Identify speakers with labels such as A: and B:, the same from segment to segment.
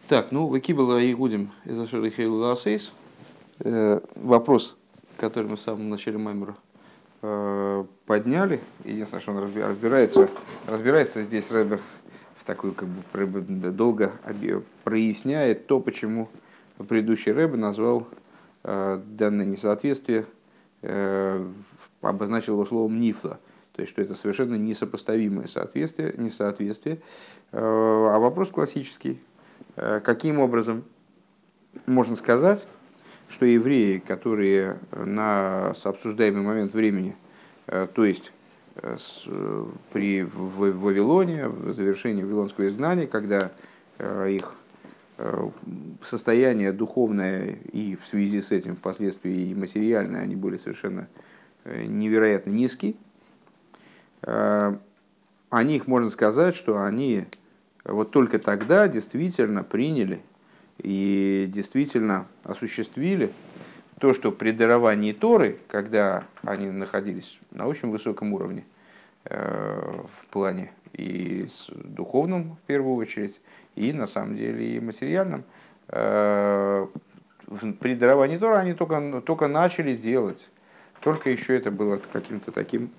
A: Так, ну, выкибала Игудим из Ашера Хейлу Лаасейс. Вопрос, который мы в самом начале Маймера подняли. Единственное, что он разбирается здесь Ребе в такую, как бы, долго проясняет то, почему предыдущий Ребе назвал данное несоответствие, обозначил его словом нифла. То есть, что это совершенно несопоставимое несоответствие. А вопрос классический. Каким образом можно сказать, что евреи, которые на обсуждаемый момент времени, то есть при Вавилоне, в завершении вавилонского изгнания, когда их состояние духовное и в связи с этим впоследствии и материальное, они были совершенно невероятно низки, о них можно сказать, что они вот только тогда действительно приняли и действительно осуществили то, что при даровании Торы, когда они находились на очень высоком уровне в плане и духовном в первую очередь, и на самом деле и материальном, при даровании Торы они только начали делать, только еще это было каким-то таким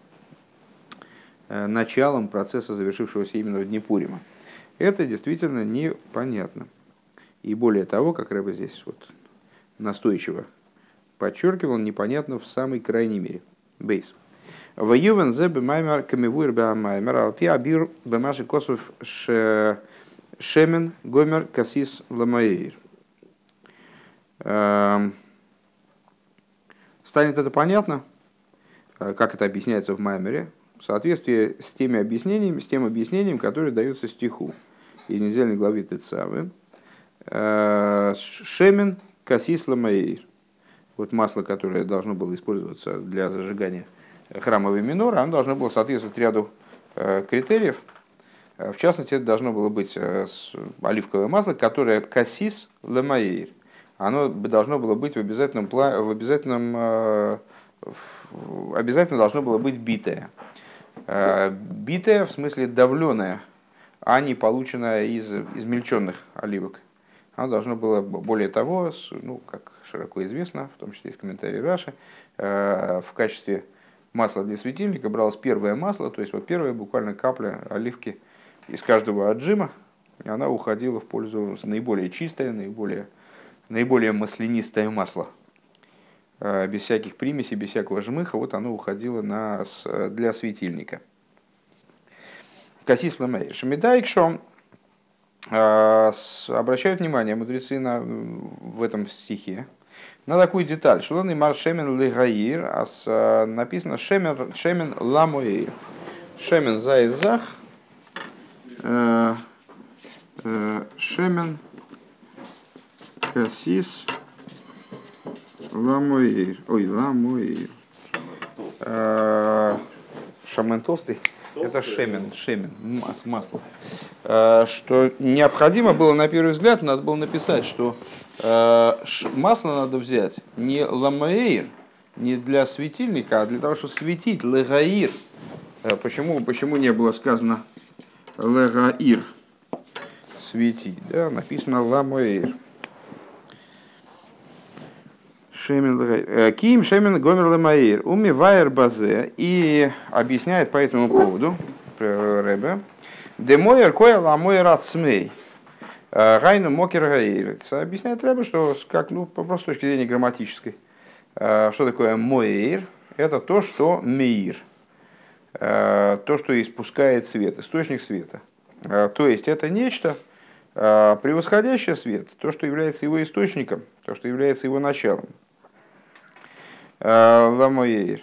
A: началом процесса, завершившегося именно в дни Пурима. Это действительно непонятно. И более того, как Ребе здесь вот настойчиво подчеркивал, непонятно в самой крайней мере. Бейс. Воюван зе бемаймер камевуир бемаймер алпи абир бемаши косов шемен гомер касис ламаир. Станет это понятно, как это объясняется в Маймере, в соответствии с тем объяснением, которое дается стиху из недельной главы Тецавы. Шемен касис ламаир. Вот масло, которое должно было использоваться для зажигания храмовой миноры, оно должно было соответствовать ряду критериев. В частности, это должно было быть оливковое масло, которое касис ламаир. Оно должно было быть обязательно должно было быть битое. Битое в смысле давленое, а не полученное из измельченных оливок. Оно должно было, более того, ну, как широко известно, в том числе из комментариев Раши, в качестве масла для светильника бралось первое масло, то есть вот первая буквально капля оливки из каждого отжима, и она уходила в пользу наиболее чистое, наиболее маслянистое масло. Без всяких примесей, без всякого жмыха, вот оно уходило для светильника. Касис ламаир. Шамидайкшо. Обращают внимание мудрецы в этом стихе на такую деталь. Шелон и мар шемен легаир, написано шемен ламоир. Шемен заизах, шемен касис ламоир. Ой, ламоир. Шамен толстый. Это шемен, масло. Что необходимо было, на первый взгляд, надо было написать, что масло надо взять не ламаир, не для светильника, а для того, чтобы светить, легаир. Почему не было сказано легаир, светить? Да, написано ламаир. Ким шемен гомер ламаир умивайер базе, и объясняет по этому поводу Ребе демойер коя ламойер ацмей гайну мокер гаир. Объясняет Ребе, что просто с точки зрения грамматической, что такое моир? Это то, что меир, то, что испускает свет, источник света. То есть это нечто превосходящее свет, то, что является его источником, то, что является его началом. Ламоир.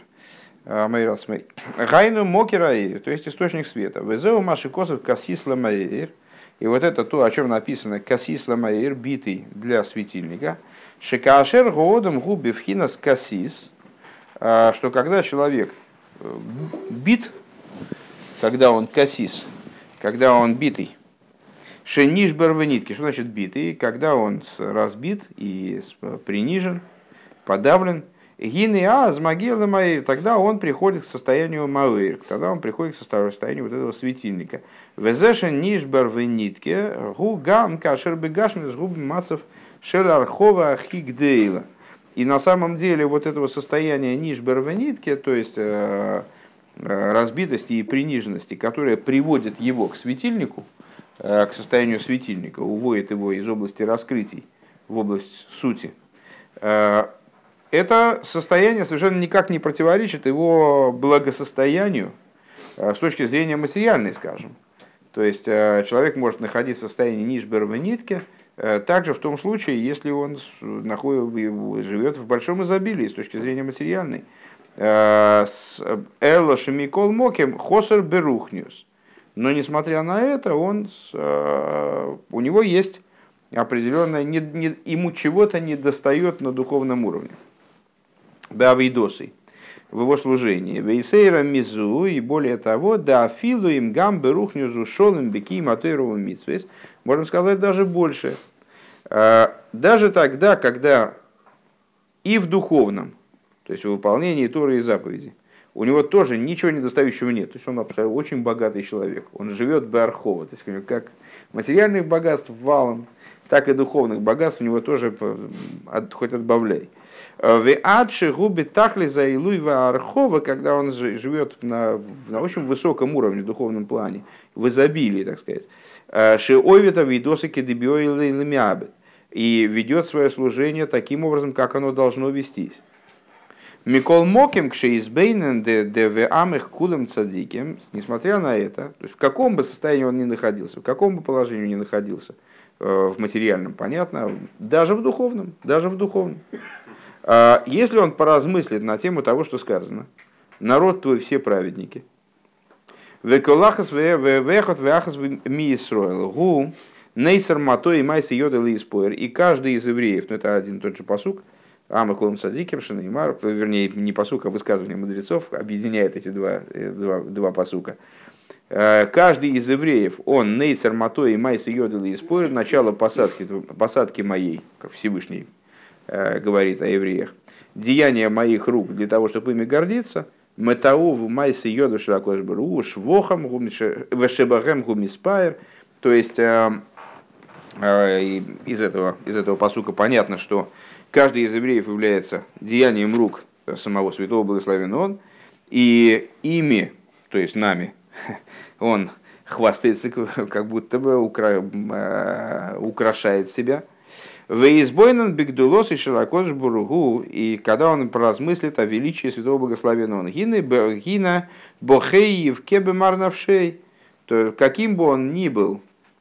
A: Гайну мокераир, то есть источник света. Везеу маши косов касис ламаир. И вот это то, о чем написано касис ламаир, битый для светильника. Шекашер гоодом губи вхинас касис, что когда человек бит, когда он касис, когда он битый, шенишбер в нитке, что значит битый, когда он разбит и принижен, подавлен. Гины аз могила маир, тогда он приходит к состоянию маир, тогда он приходит к состоянию вот этого светильника. Везешен нишбар в нитке, гу гам кашер бегашмин с губ мацев шелархова хигдейла. И на самом деле вот этого состояния нишбар в нитке, то есть разбитости и приниженности, которая приводит его к светильнику, к состоянию светильника, уводит его из области раскрытий в область сути, это состояние совершенно никак не противоречит его благосостоянию с точки зрения материальной, скажем. То есть человек может находиться в состоянии нишбер в нитке, также в том случае, если он живет в большом изобилии с точки зрения материальной. Элла шемикол мокем хосер берухниус. Но несмотря на это, у него есть определенное, ему чего-то недостает на духовном уровне. Бавидосой в его служении. Вейсейра мизу, и более того, да филу им гам берухнюзу шолым беки матерову митсвес. Можем сказать даже больше. Даже тогда, когда и в духовном, то есть в выполнении Торы и заповедей, у него тоже ничего недостающего нет. То есть он абсолютно очень богатый человек. Он живет беархова. То есть как материальных богатств валом, так и духовных богатств у него тоже хоть отбавляй. Веадши губи тахли за илуева архова, когда он живет на очень высоком уровне, в духовном плане, в изобилии, так сказать. Шиовита видосики дебиоилы лемиабы. И ведет свое служение таким образом, как оно должно вестись. Микол моким кшеизбейнен де амых кулем цадиким, несмотря на это, то есть в каком бы состоянии он ни находился, в каком бы положении он ни находился, в материальном, понятно, даже в духовном, если он поразмыслит на тему того, что сказано, народ твой все праведники, веколахас вехот веахас ми Исроэл гу нейсер мато и майс йодел и споер, и каждый из евреев, ну это один и тот же пасук, Амакулам Садиким, Шинеймар, вернее, не пасук, а высказывание мудрецов, объединяет эти два пасука. Каждый из евреев, он нейцер мато и майс йодел и споер, начало посадки моей, как Всевышний говорит о евреях, деяния моих рук для того, чтобы ими гордиться, метау в майсе йоду широкош беру, швохам вешебахем гумиспайр, то есть из этого пасука понятно, что каждый из евреев является деянием рук самого святого благословен он, и ими, то есть нами, он хвастается, как будто бы украшает себя. Веизбойнан бигдулос и широкош буругу, и когда он поразмыслит о величии святого благословенного он, гина бохей в кебе марнавшей, то каким бы он ни был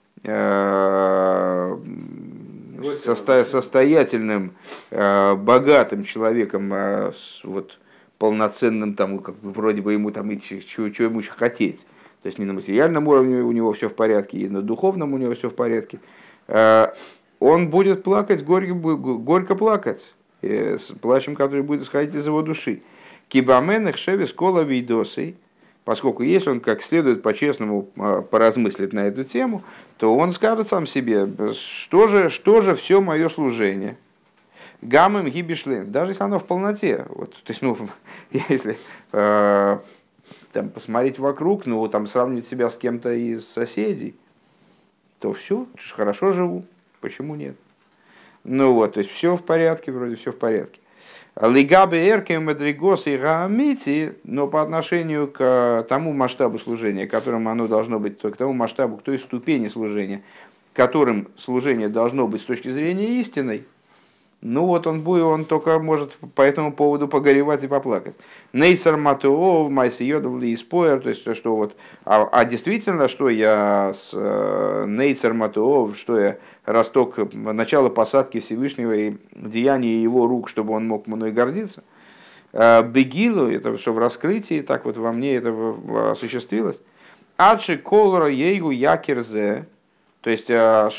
A: состоятельным, богатым человеком, вот, полноценным, там, как бы, вроде бы ему там, и чего ему еще хотеть. То есть не на материальном уровне у него все в порядке, и на духовном у него все в порядке. Он будет плакать, горько плакать, с плачем, который будет исходить из его души. Кибамен их шевис кола видосей. Поскольку если он как следует по-честному поразмыслит на эту тему, то он скажет сам себе, что же все мое служение. Гамым гибишлем, даже если оно в полноте. Вот, то есть, если там, посмотреть вокруг, там, сравнивать себя с кем-то из соседей, то все, хорошо живу, почему нет? То есть все в порядке, вроде все в порядке. Лигабе эрке мадригос и гаамити, но по отношению к тому масштабу служения, которым оно должно быть, к тому масштабу, к той ступени служения, которым служение должно быть с точки зрения истинной, он только может по этому поводу погоревать и поплакать. Нейсер матуов, майси йодов ли испоер, то есть что вот, действительно, что я с нейсер матуов, что я росток, начало посадки Всевышнего и деяния его рук, чтобы он мог мной гордиться. Бегилу, это что в раскрытии, так вот во мне это осуществилось. Адши колора ейгу якерзе. То есть, я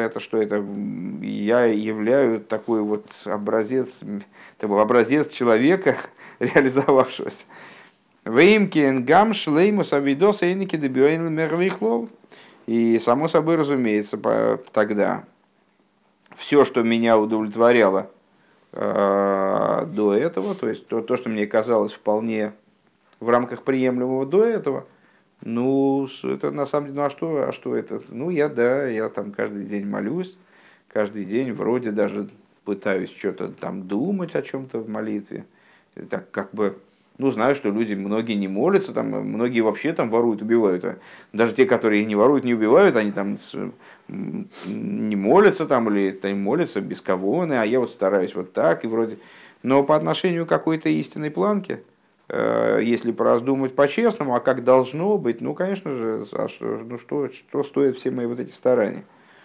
A: являю такой вот образец человека, реализовавшегося. И само собой разумеется, тогда все, что меня удовлетворяло до этого, то есть то, что мне казалось вполне в рамках приемлемого до этого, ну, это на самом деле, ну а что это? Ну, я там каждый день молюсь, каждый день вроде даже пытаюсь что-то там думать о чем-то в молитве. Так как бы, ну, знаю, что люди, многие не молятся, там, многие вообще там воруют, убивают. А даже те, которые не воруют, не убивают, они там не молятся там или там, молятся без кого-то, а я вот стараюсь вот так и вроде. Но по отношению к какой-то истинной планке, если пораздумать по-честному, а как должно быть, ну, конечно же, ну, что стоят все мои вот эти старания.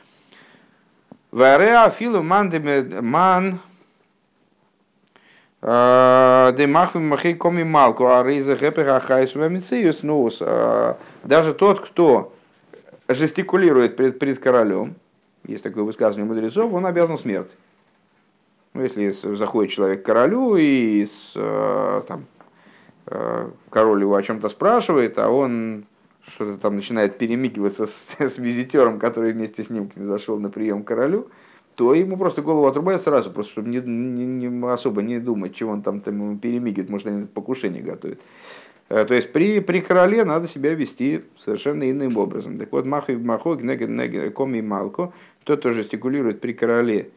A: Вареа филу ман демахвим махей коми малку, а рейза гэпера хайсува мициус нус. Даже тот, кто жестикулирует пред королем, есть такое высказывание мудрецов, он обязан смерти. Ну, если заходит человек к королю и там, король его о чем-то спрашивает, а он что-то там начинает перемигиваться с визитером, который вместе с ним зашел на прием к королю, то ему просто голову отрубают сразу, просто чтобы особо не думать, чего он там ему перемигивает, может, они покушение готовят. То есть при короле надо себя вести совершенно иным образом. Так вот, махой махой, коми малко, тот, кто жестикулирует при короле,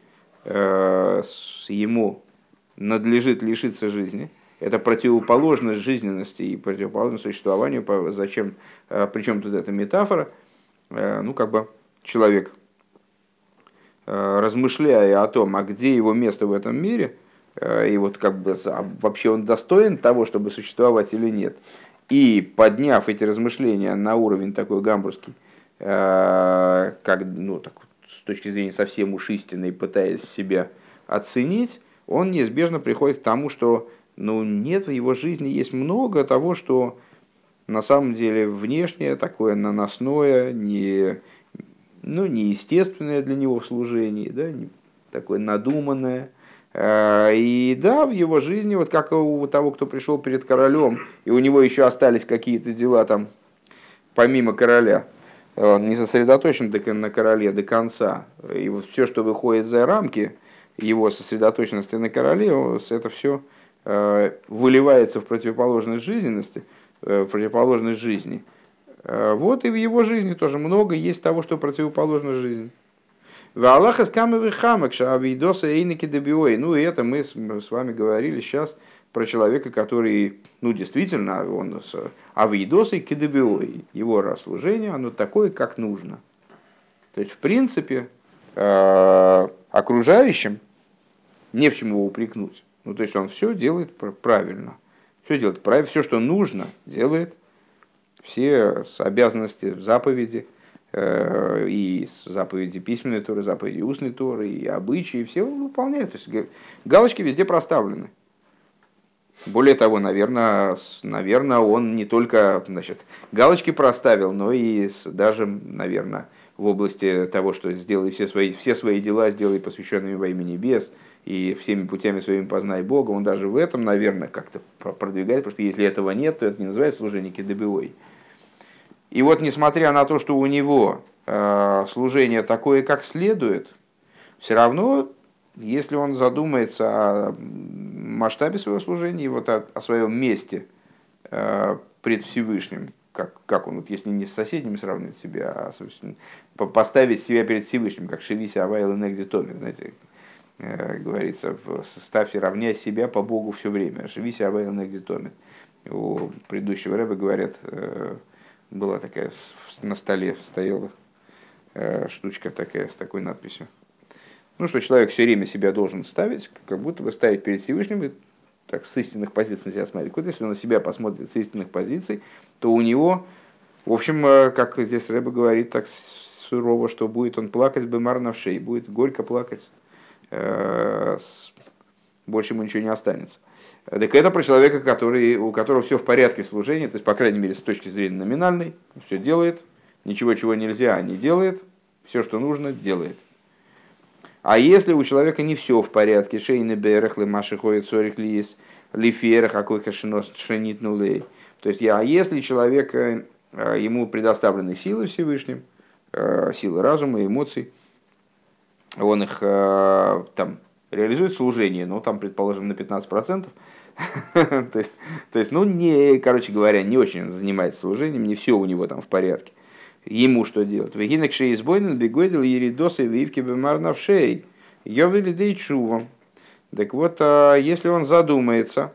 A: ему надлежит лишиться жизни. Это противоположность жизненности и противоположность существованию. Зачем? Причем тут эта метафора? Ну, как бы человек, размышляя о том, а где его место в этом мире, и вот как бы вообще он достоин того, чтобы существовать или нет, и подняв эти размышления на уровень такой гамбургский, как, ну, так, с точки зрения совсем уж истинной, пытаясь себя оценить, он неизбежно приходит к тому, что ну, нет, в его жизни есть много того, что на самом деле внешнее, такое наносное, неестественное для него в служении, да, такое надуманное. И да, в его жизни, вот как у того, кто пришел перед королем, и у него еще остались какие-то дела там, помимо короля, он не сосредоточен на короле до конца. И вот все, что выходит за рамки его сосредоточенности на короле, это все выливается в противоположность жизненности, в противоположность жизни. Вот и в его жизни тоже много есть того, что противоположно жизни. Ну и это мы с вами говорили сейчас про человека, который, ну действительно, он с авидосой кедебиой, его расслужение, оно такое, как нужно. То есть, в принципе, окружающим не в чем его упрекнуть. Ну, то есть он все делает правильно. Все делает правильно, все, что нужно, делает. Все обязанности, заповеди, и заповеди письменной Торы, заповеди устной Торы, и обычаи, все он выполняет. То есть галочки везде проставлены. Более того, наверное, он не только, значит, галочки проставил, но и даже, наверное, в области того, что сделай все свои дела, сделай посвященными во имя небес, и всеми путями своими познай Бога, он даже в этом, наверное, как-то продвигает, потому что если этого нет, то это не называется служение кедебиой. И вот, несмотря на то, что у него служение такое, как следует, все равно, если он задумается о масштабе своего служения, и вот о своем месте пред Всевышним, как он, вот, если не с соседними сравнивать себя, а поставить себя перед Всевышним, как Шевиси Авайл и Негди Томи, знаете, говорится, ставьте, равняй себя по Богу все время. Шевиси Авайл и Негди Томи. У предыдущего рэба говорят, была такая на столе, стояла штучка такая с такой надписью. Ну, что человек все время себя должен ставить, как будто бы ставить перед Всевышним, и так с истинных позиций на себя смотреть. Вот если он на себя посмотрит с истинных позиций, то у него, в общем, как здесь Рэбе говорит так сурово, что будет он плакать бемар навшей, будет горько плакать, больше ему ничего не останется. Так это про человека, у которого все в порядке в служении, то есть, по крайней мере, с точки зрения номинальной, все делает, ничего, чего нельзя, не делает, все, что нужно, делает. А если у человека не все в порядке, шейны берехлы, маши ходит сорих лис, лиферах, какой кашинос шенит нулей. То есть, а если человек, ему предоставлены силы Всевышним, силы разума, эмоций, он их там реализует служение, ну, там, предположим, на 15%. То есть, ну, не, короче говоря, не очень занимается служением, не все у него там в порядке. Ему что делать? Вегинек шеизбойнен бегойдел еридосы вивки бемарнавшей. Йовели дейчувам. Так вот, если он задумается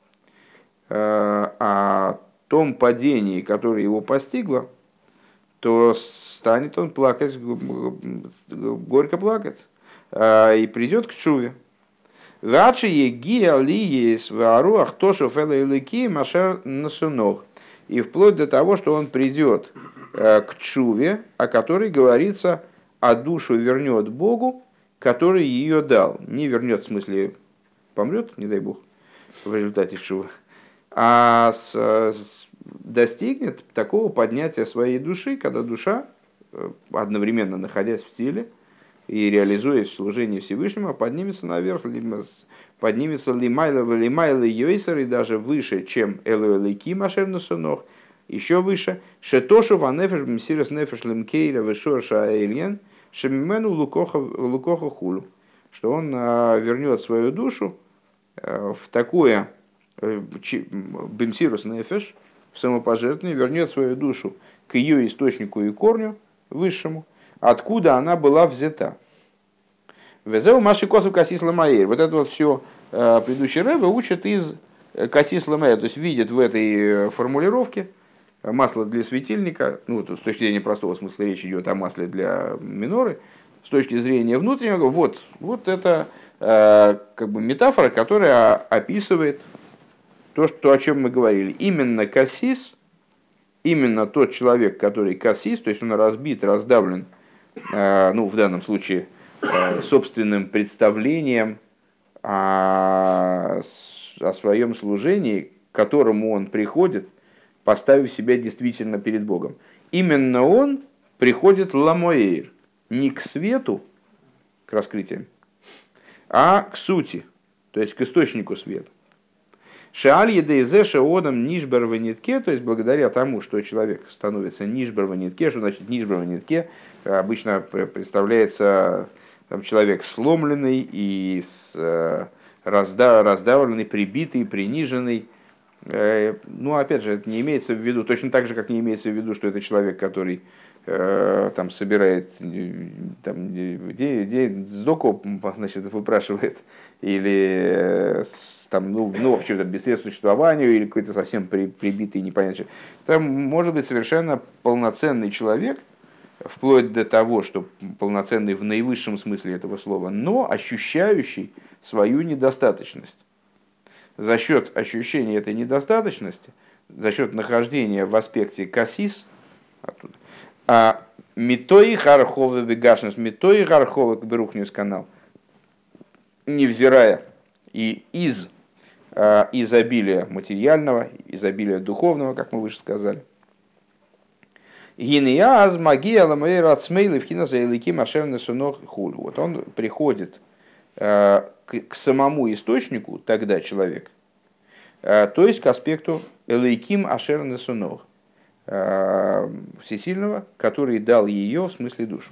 A: о том падении, которое его постигло, то станет он плакать, горько плакать, и придет к чуве. Вачи егия ли есть в аруах тошев элэйлыки машер насунох. И вплоть до того, что он придет к чуве, о которой говорится, а душу вернет Богу, который ее дал. Не вернет, в смысле, помрет, не дай Бог, в результате чувы, а достигнет такого поднятия своей души, когда душа, одновременно находясь в теле и реализуясь в служении Всевышнему, поднимется наверх, поднимется лимайла йойсер, и даже выше, чем элуэлейки машер насунох, еще выше, шетошу ванефеш мсирас нефеш лемкейра вешорша аэльен, шемимену лукоха хулу, что он вернет свою душу в такое бимсирус нефеш, в самопожертвование, вернет свою душу к ее источнику и корню, высшему, откуда она была взята. Везеу маши косу касис ламаир. Вот это вот все предыдущий рэбе учат из касис ламаир, то есть видят в этой формулировке масло для светильника, ну, с точки зрения простого смысла речь идет о масле для миноры, с точки зрения внутреннего, вот это как бы метафора, которая описывает то, о чем мы говорили. Именно кассис, именно тот человек, который кассис, то есть он разбит, раздавлен, ну, в данном случае, собственным представлением о своем служении, к которому он приходит, поставив себя действительно перед Богом. Именно он приходит ламоэйр, не к свету, к раскрытиям, а к сути, то есть к источнику света. Шааль едейзе шеодам нишбер в нитке, то есть благодаря тому, что человек становится нишбер в нитке, что значит нишбер в нитке, обычно представляется там, человек сломленный и раздавленный, прибитый, приниженный. Ну, опять же, это не имеется в виду, точно так же, как не имеется в виду, что это человек, который там собирает, там, где сдоку, значит, выпрашивает, или там, ну, в общем-то, без средств к существованию, или какой-то совсем прибитый, непонятно. Там может быть совершенно полноценный человек, вплоть до того, что полноценный в наивысшем смысле этого слова, но ощущающий свою недостаточность. За счет ощущения этой недостаточности, за счет нахождения в аспекте кассис, оттуда, а метои харховы бегашность, метои харховы к берухнюс канал, невзирая и из изобилия материального, изобилия духовного, как мы выше сказали. Гинеаз магия ламейр ацмейлы в кинозаилики машевны сунох хуль. Вот он приходит к самому источнику, тогда человек, то есть к аспекту элейким ашер сунох, всесильного, который дал ее, в смысле душу.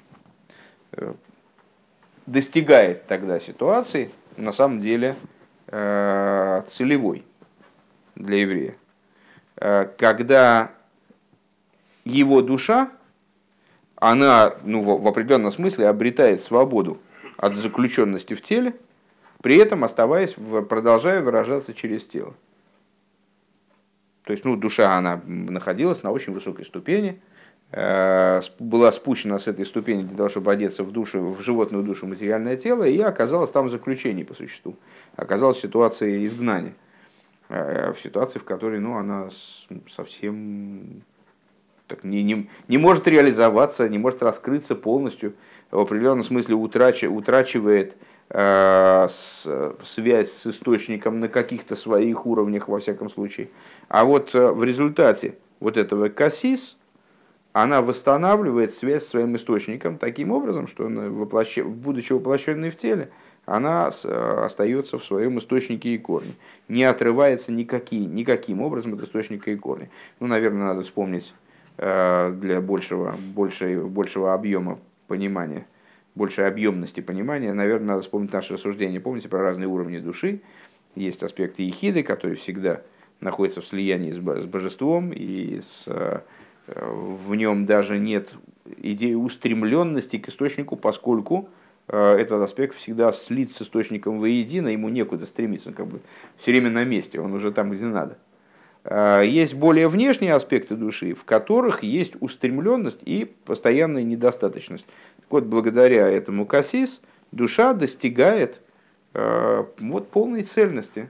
A: Достигает тогда ситуации, на самом деле, целевой для еврея, когда его душа, она, ну, в определенном смысле обретает свободу от заключенности в теле, при этом оставаясь, продолжая выражаться через тело. То есть, ну, душа, она находилась на очень высокой ступени, была спущена с этой ступени для того, чтобы одеться в душу, в животную душу, материальное тело, и оказалась там в заключении по существу. Оказалась в ситуации изгнания, в ситуации, в которой, ну, она совсем так, не может реализоваться, не может раскрыться полностью, в определенном смысле утрачивает связь с источником на каких-то своих уровнях, во всяком случае. А вот в результате вот этого кассис, она восстанавливает связь с своим источником таким образом, что она, будучи воплощенной в теле, она остается в своем источнике и корне, не отрывается никаким образом от источника и корня. Ну, наверное, надо вспомнить для большего объема понимания большей объемности понимания, наверное, надо вспомнить наше рассуждение. Помните про разные уровни души? Есть аспекты ехиды, которые всегда находятся в слиянии с божеством, и в нем даже нет идеи устремленности к источнику, поскольку этот аспект всегда слит с источником воедино, ему некуда стремиться, он как бы все время на месте, он уже там, где надо. Есть более внешние аспекты души, в которых есть устремленность и постоянная недостаточность. Так вот, благодаря этому касис душа достигает вот, полной цельности,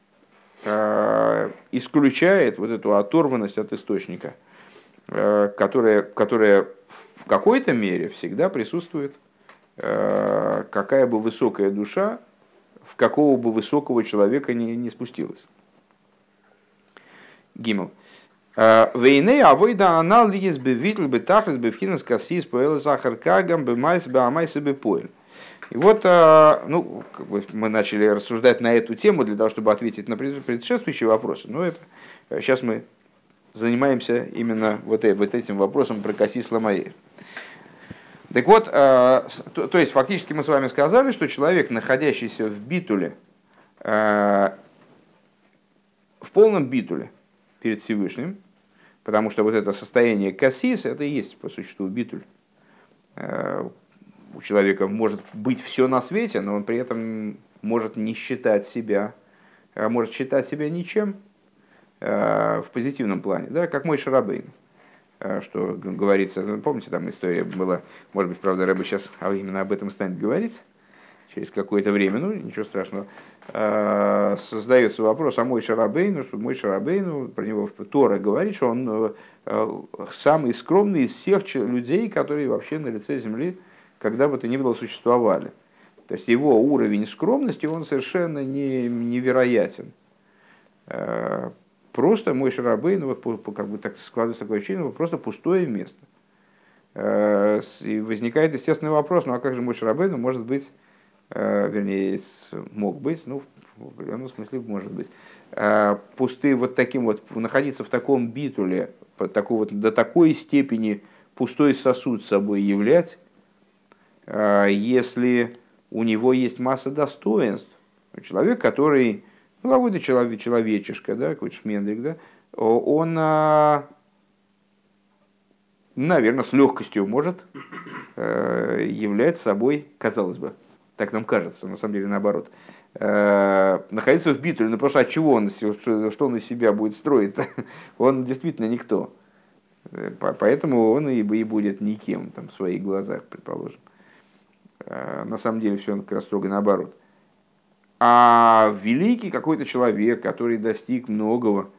A: исключает вот эту оторванность от источника, которая в какой-то мере всегда присутствует, какая бы высокая душа в какого бы высокого человека не спустилась. Гимл. Вейней авойда анализ бевитл бетахлис бевхинас касис поэл сахар кагам бемайс беамайс бепоэль. И вот, ну, как бы мы начали рассуждать на эту тему для того, чтобы ответить на предшествующие вопросы. Но это сейчас мы занимаемся именно вот этим вопросом про касис ламаэль. Так вот, то есть фактически мы с вами сказали, что человек, находящийся в битуле, в полном битуле перед Всевышним, потому что вот это состояние кассис, это и есть по существу битуль. У человека может быть все на свете, но он при этом может не считать себя, может считать себя ничем в позитивном плане, да, как Моше Рабейну. Что говорится, помните, там история была, может быть, правда, Рэбе сейчас именно об этом станет говорить через какое-то время, ну, ничего страшного. Создается вопрос о Моше Рабейну, что Моше Рабейну, про него Тора говорит, что он самый скромный из всех людей, которые вообще на лице земли когда бы то ни было существовали. То есть его уровень скромности, он совершенно невероятен. Просто Моше Рабейну, вот, как бы так складывается такое ощущение, просто пустое место. И возникает естественный вопрос, ну а как же Моше Рабейну может быть, вернее, мог быть, ну в определенном смысле может быть, пустые вот таким вот, находиться в таком битуле, до такой степени пустой сосуд собой являть, если у него есть масса достоинств. Человек, который, ну, какой-то человечишка, да, какой-то шмендрик, да, он, наверное, с легкостью может являть собой, казалось бы, так нам кажется, на самом деле наоборот, находиться в битуле, ну просто от чего он, что он из себя будет строить, он действительно никто. Поэтому он и будет никем там, в своих глазах, предположим. На самом деле все как раз строго наоборот. А великий какой-то человек, который достиг многого,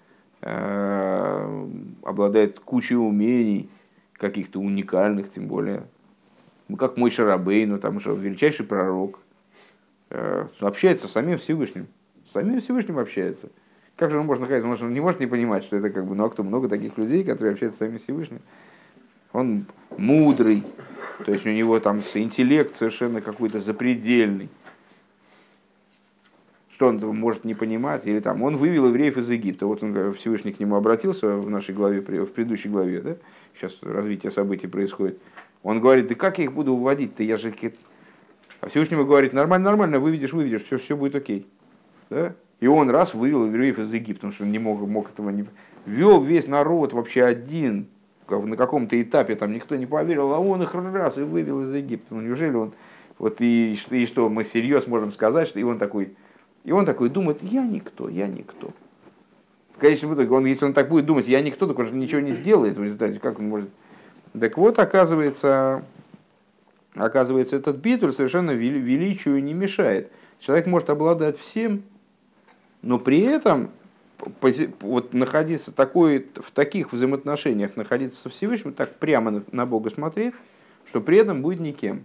A: обладает кучей умений, каких-то уникальных, тем более, ну, как Моше Рабейну, там же величайший пророк, общается с самим Всевышним. С самим Всевышним общается. Как же он может находиться? Он не может не понимать, что это как бы, ну а кто, много таких людей, которые общаются с самим Всевышним. Он мудрый, то есть у него там интеллект совершенно какой-то запредельный. Что он может не понимать? Или там он вывел евреев из Египта. Вот он, Всевышний к нему обратился в нашей главе, в предыдущей главе, да? Сейчас развитие событий происходит. Он говорит, да как я их буду уводить-то? Я же... А Всевышний ему говорит, нормально, выведешь, все будет окей. Да? И он раз вывел евреев из Египта, потому что он не мог этого не... Вел весь народ вообще один. На каком-то этапе там никто не поверил, а он их раз и вывел из Египта. Ну неужели он... Вот и что, мы серьезно можем сказать, что и он такой думает, я никто. В конечном итоге, если он так будет думать, я никто, так он же ничего не сделает в результате, как он может... Так вот, оказывается, этот битуль совершенно величию не мешает. Человек может обладать всем, но при этом вот находиться в таких взаимоотношениях, находиться со Всевышним, так прямо на Бога смотреть, что при этом будет никем.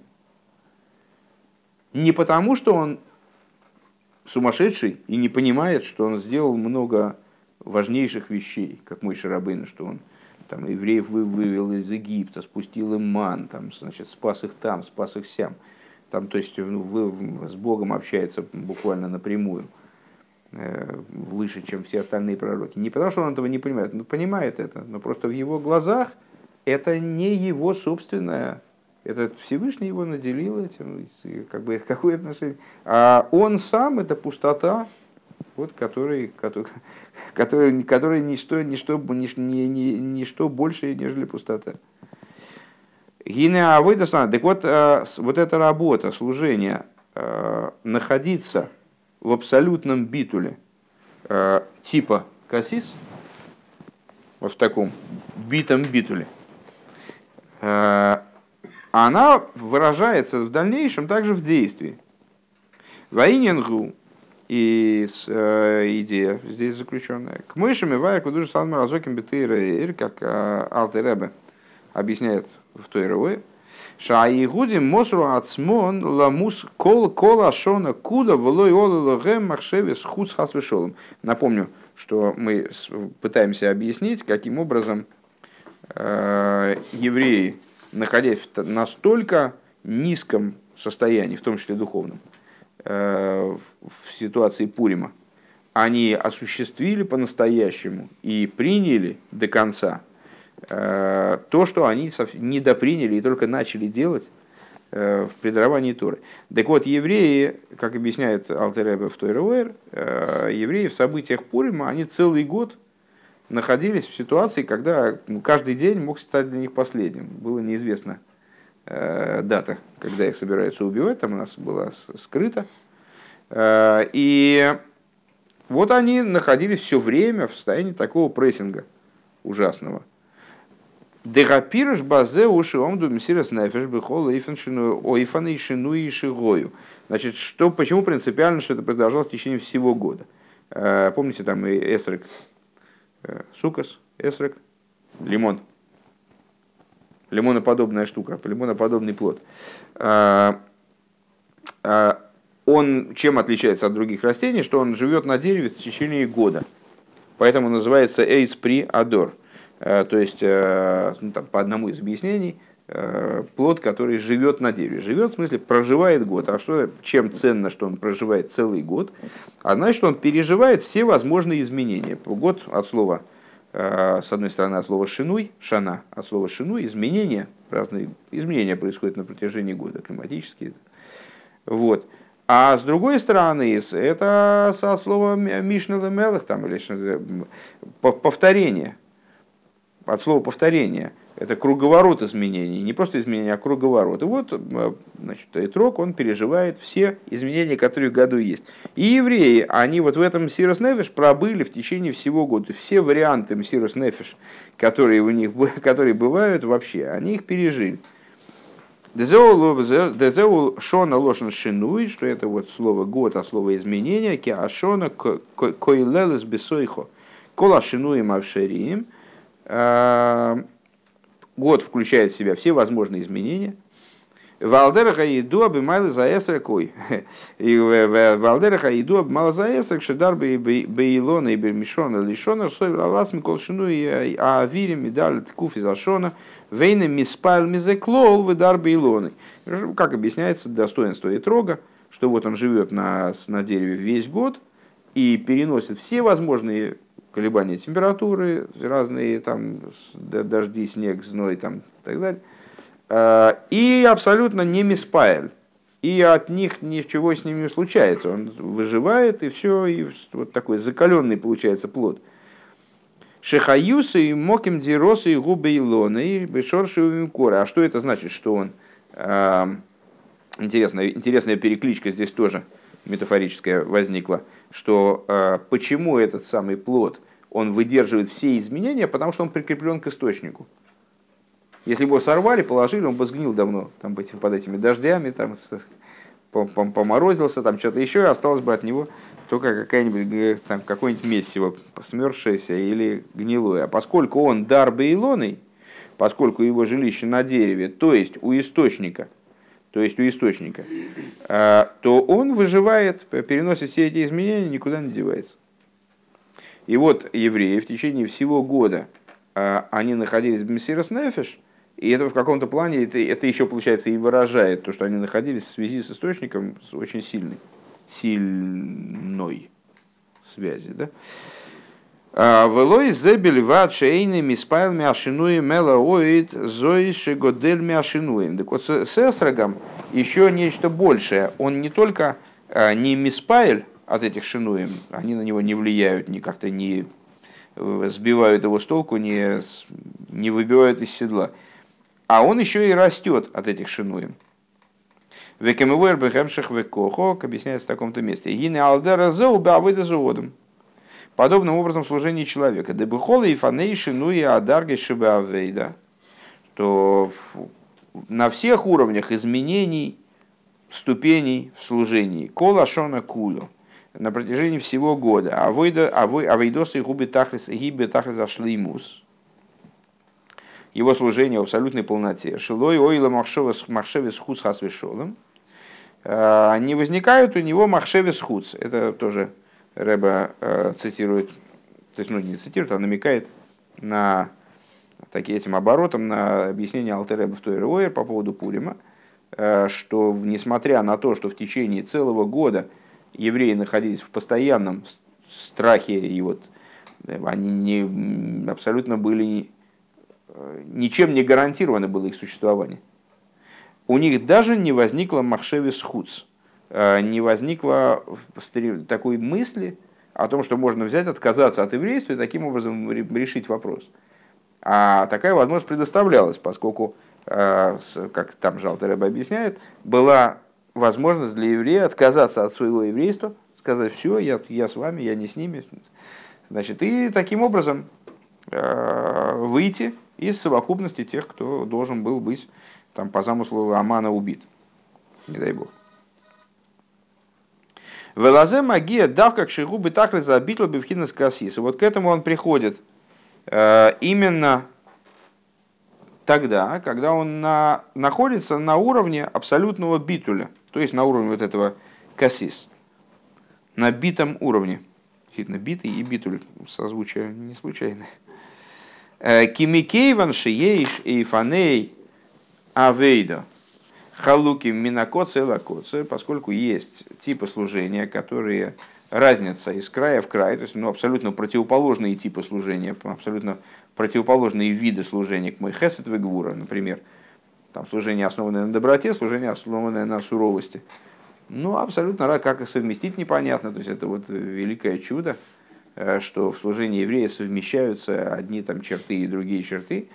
A: Не потому, что он сумасшедший и не понимает, что он сделал много важнейших вещей, как Моше Рабейну, что он там евреев вывел из Египта, спустил им ман, там, значит, спас их там, спас их сям. Там, то есть с Богом общается буквально напрямую, выше, чем все остальные пророки. Не потому, что он этого не понимает, он понимает это, но просто в его глазах это не его собственное Это Всевышний его наделил этим, как бы какое отношение. А он сам это пустота, вот, который ничто больше, нежели пустота. Гине авойдасан. Так вот, вот эта работа, служение, находиться в абсолютном битуле типа кассис, вот в таком битом битуле, она выражается в дальнейшем также в действии. Ваинингу и идея здесь заключенная. К мышам и вайрку дуже салмар азоким битейра, как Алтер Ребе объясняет в Тойровой. Шаигудим мосру ацмон ламус кола шона куда влой олологем махшеве с худ с хасвешолом. Напомню, что мы пытаемся объяснить, каким образом евреи, находясь в настолько низком состоянии, в том числе духовном, в ситуации Пурима, они осуществили по-настоящему и приняли до конца то, что они не доприняли и только начали делать в предаровании Торы. Так вот, евреи, как объясняет Алтер Ребе в Тойровер, евреи в событиях Пурима, они целый год находились в ситуации, когда каждый день мог стать для них последним. Было неизвестно дата, когда их собираются убивать, там у нас была скрыта. И вот они находились все время в состоянии такого прессинга ужасного. Дегапирыш базе уши омду мсирас нефеш бихол ойфаны и шину и шигою. Значит, почему принципиально, что это продолжалось в течение всего года? Помните, там и эсрек, сукас, эсрек, лимон. Лимоноподобная штука, лимоноподобный плод. Он чем отличается от других растений, что он живет на дереве в течение года. Поэтому называется эйс при адор. То есть, там, по одному из объяснений, плод, который живет на дереве. Живет, в смысле, проживает год. А чем ценно, что он проживает целый год? А значит, что он переживает все возможные изменения. Год от слова, с одной стороны, от слова шинуй, шана, от слова шинуй, изменения, разные изменения происходят на протяжении года, климатические. Вот. А с другой стороны, это со слова мишна лемелах, там, или повторение. От слова повторение. Это круговорот изменений. Не просто изменения, а круговорот. И вот, значит, Этрог, он переживает все изменения, которые в году есть. И евреи, они вот в этом Мсирос Нефеш пробыли в течение всего года. Все варианты Мсирос Нефеш, которые у них которые бывают вообще, они их пережили. Дезеул шона лошен шинуй, что это вот слово год, а слово изменения, ки ашона койлелес бесойхо, кола шинуй мавшерием. Год включает в себя все возможные изменения. Валдераха иду обимайлы за эсрекой. И валдераха иду обимайлы за эсрек, шедар бейлона и бемишона лишона, сой лалас микол шинуй авирим медаль ткуф из ашона, вейны миспаль мизеклол выдар бейлоны. Как объясняется достоинство Этрога, что вот он живет на дереве весь год и переносит все возможные колебания температуры, разные там дожди, снег, зной там, и так далее. И абсолютно не миспаэль. И от них ничего с ними не случается. Он выживает, и все, и вот такой закаленный получается плод. Шехаюсы и моким диросы и губы илоны и бешорши увимкора. А что это значит, что он... Интересная перекличка здесь тоже метафорическая возникла, что почему этот самый плод, он выдерживает все изменения, потому что он прикреплен к источнику. Если бы его сорвали, положили, он бы сгнил давно там, под этими дождями, там, поморозился, там что-то еще, и осталось бы от него только какое-нибудь месиво смерзшееся или гнилое. А поскольку он дар бейлоный, поскольку его жилище на дереве, то есть у источника, то он выживает, переносит все эти изменения, никуда не девается. И вот евреи в течение всего года они находились в Мсирос Нефеш, и это в каком-то плане, это еще, получается, и выражает то, что они находились в связи с источником с очень сильной связи. Да? Велой зебель ват шейны миспайл мяшинуи мелаоид зоиши годель мяшинуем. Так вот, с эстрогом еще нечто большее. Он не только не миспайль от этих шинуем, они на него не влияют, ни как-то не сбивают его с толку, не выбивают из седла. А он еще и растет от этих шинуем. Векемевуэр бэхэмших векохо, объясняется в таком-то месте. Гине алдера зоу бавыда зоодом. Подобным образом служение человека. Дебухолы и фанейши, ну и адарги шибавейда. То на всех уровнях изменений, ступеней в служении. Кола шона кулю. На протяжении всего года. Авейдосы губи тахлис гиби тахлис ашлеймус. Его служение в абсолютной полноте. Шилой ойла махшевес хуц хасвешолом. Не возникают у него махшевес хуц. Это тоже Рэба цитирует, то есть, не цитирует, а намекает на этим оборотом, на объяснение Алтер Ребе в Тойре Ойер по поводу Пурима, что несмотря на то, что в течение целого года евреи находились в постоянном страхе, и они абсолютно были, ничем не гарантировано было их существование, у них даже не возникло махшевес хуц. Не возникло такой мысли о том, что можно взять, отказаться от еврейства и таким образом решить вопрос. А такая возможность предоставлялась, поскольку, как там же Алтер Ребе объясняет, была возможность для еврея отказаться от своего еврейства, сказать: все, я с вами, я не с ними. Значит, и таким образом выйти из совокупности тех, кто должен был быть там, по замыслу Амана убит. Не дай бог. Велазе магия дав как шигубы так ли забитл бивхинас кассис. Вот к этому он приходит именно тогда, когда он находится на уровне абсолютного битуля, то есть на уровне вот этого кассис, на битом уровне. Действительно, битый и битуль созвучие не случайное. Кимикейван шиеиш и фаней авейда. Халуки минакоцы и лакоцы, поскольку есть типы служения, которые разнятся из края в край, то есть абсолютно противоположные типы служения, абсолютно противоположные виды служения, к мой хесед вегвура, например, там служение, основанное на доброте, служение, основанное на суровости. Абсолютно как их совместить, непонятно. То есть это великое чудо, что в служении еврея совмещаются одни там черты и другие черты.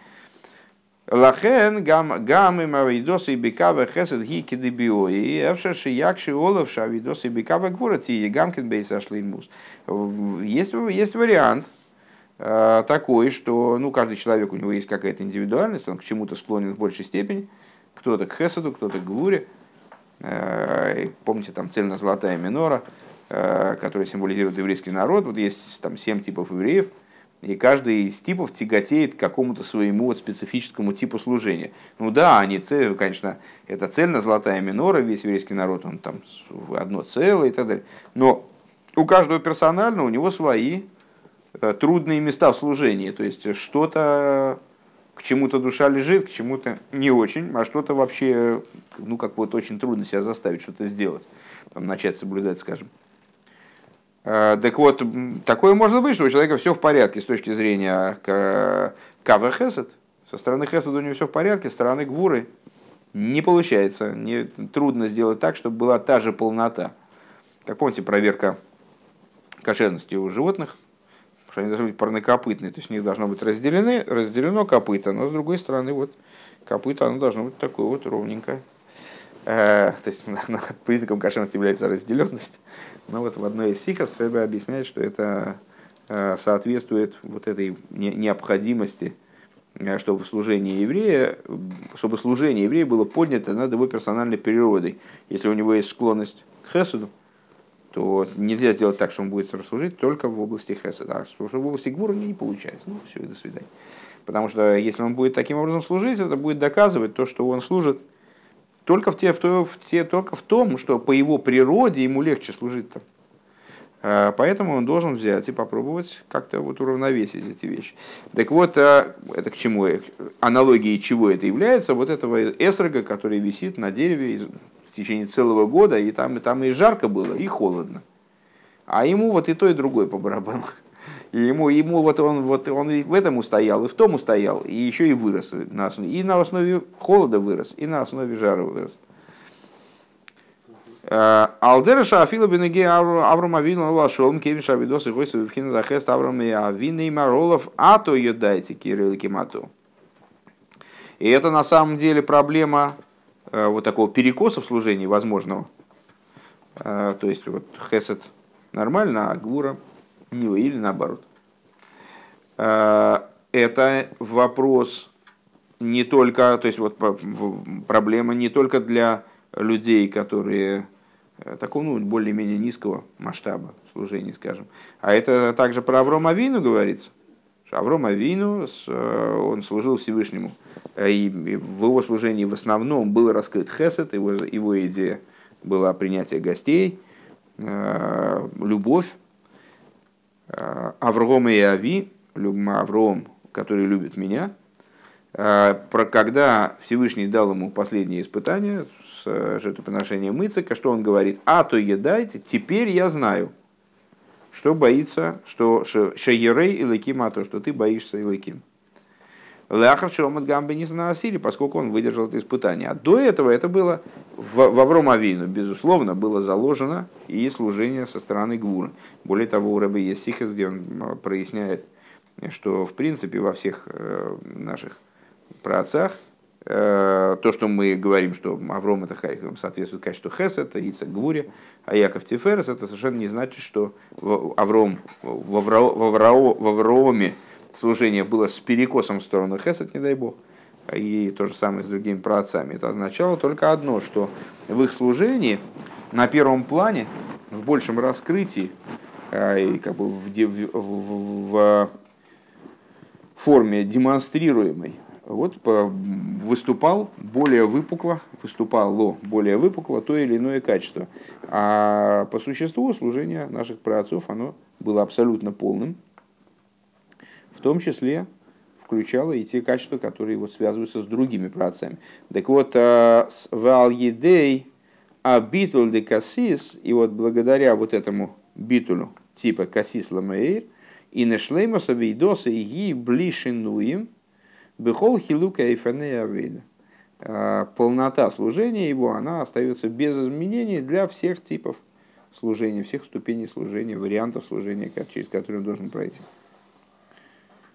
A: Лахен гам им авидосы бекава хесед гики дебио и авшаши якши олов шавидосы бекава гвурати и гамкин бейса шлеймус. Есть вариант такой, что каждый человек, у него есть какая-то индивидуальность, он к чему-то склонен в большей степени, кто-то к хеседу, кто-то к гвуре. Помните, там цельно-золотая минора, которая символизирует еврейский народ. Вот есть там 7 типов евреев. И каждый из типов тяготеет к какому-то своему специфическому типу служения. Конечно, это цельно-золотая минора, весь еврейский народ, он там одно целое и так далее. Но у каждого персонально, у него свои трудные места в служении. То есть что-то, к чему-то душа лежит, к чему-то не очень, а что-то вообще, очень трудно себя заставить что-то сделать. Там, начать соблюдать, скажем. Так вот, такое может быть, что у человека все в порядке с точки зрения кава хесед. Со стороны хеседа у него все в порядке, со стороны гвуры не получается. Трудно сделать так, чтобы была та же полнота. Как помните, проверка кошерности у животных, что они должны быть парнокопытные, то есть у них должно быть разделено копыто, но с другой стороны, копыто оно должно быть такое ровненькое. То есть признаком кошерности является разделенность. Но в одной из сихос Ребе объясняет, что это соответствует этой необходимости, чтобы служение еврея было поднято над его персональной природой. Если у него есть склонность к хесуду, то нельзя сделать так, что он будет служить только в области хесуда. А в области гвура не получается. Все, до свидания. Потому что если он будет таким образом служить, это будет доказывать то, что он служит только в том, что по его природе ему легче служить там. Поэтому он должен взять и попробовать как-то уравновесить эти вещи. Так вот, это к чему? Аналогией чего это является? Этого эсрога, который висит на дереве в течение целого года, и там и жарко было, и холодно. А ему и то, и другое по барабану. И ему вот он и в этом устоял, и в том устоял, и еще и вырос. И на основе холода вырос, и на основе жара вырос. Алдераша Афила Бенеге Авром Авину Лашолм Кевин Шавидос и Гойса Вивхина Захест Авром и Авины и Маролов Ато Йодайте Кирилл Кимату. И это на самом деле проблема вот такого перекоса в служении возможного. То есть вот Хесед нормально, а Гвура или наоборот. Это вопрос не только, то есть вот проблема не только для людей, которые такого более-менее низкого масштаба служения, скажем, а это также про Аврома Авину говорится. Авром Авину, он служил Всевышнему, и в его служении в основном был раскрыт хесед, его идея была принятие гостей, любовь. Авром и Ави, Авром, который любит меня, когда Всевышний дал ему последнее испытание с жертвоприношением Ицхака, что он говорит: «А то едайте, теперь я знаю, что боится, что Шеерей Илыким, а то, что ты боишься Илыким». Лахар Шомат Гамбе не наносили, поскольку он выдержал это испытание. А до этого это было в Авром Авину, безусловно, было заложено и служение со стороны Гвура. Более того, у Ребе есть сихес, где он проясняет, что в принципе во всех наших праотцах то, что мы говорим, что Авром это соответствует качеству Хесед, Ицхак Гвуре, а Яков Тиферес, это совершенно не значит, что Авром в Авраоме служение было с перекосом в сторону Хесед, не дай бог, и то же самое с другими праотцами. Это означало только одно, что в их служении на первом плане, в большем раскрытии, и как бы в форме демонстрируемой, вот выступало более выпукло то или иное качество. А по существу служение наших праотцов, оно было абсолютно полным, в том числе включало и те качества, которые вот связываются с другими праотцами. Так вот, с вал-едей битуль де кассис, и вот благодаря вот этому битулю типа кассис ламеир, и нешлеймоса вейдоса и ги блишинуем, бехол хилука и фанея авейда. Полнота служения его, она остается без изменений для всех типов служения, всех ступеней служения, вариантов служения, через которые он должен пройти.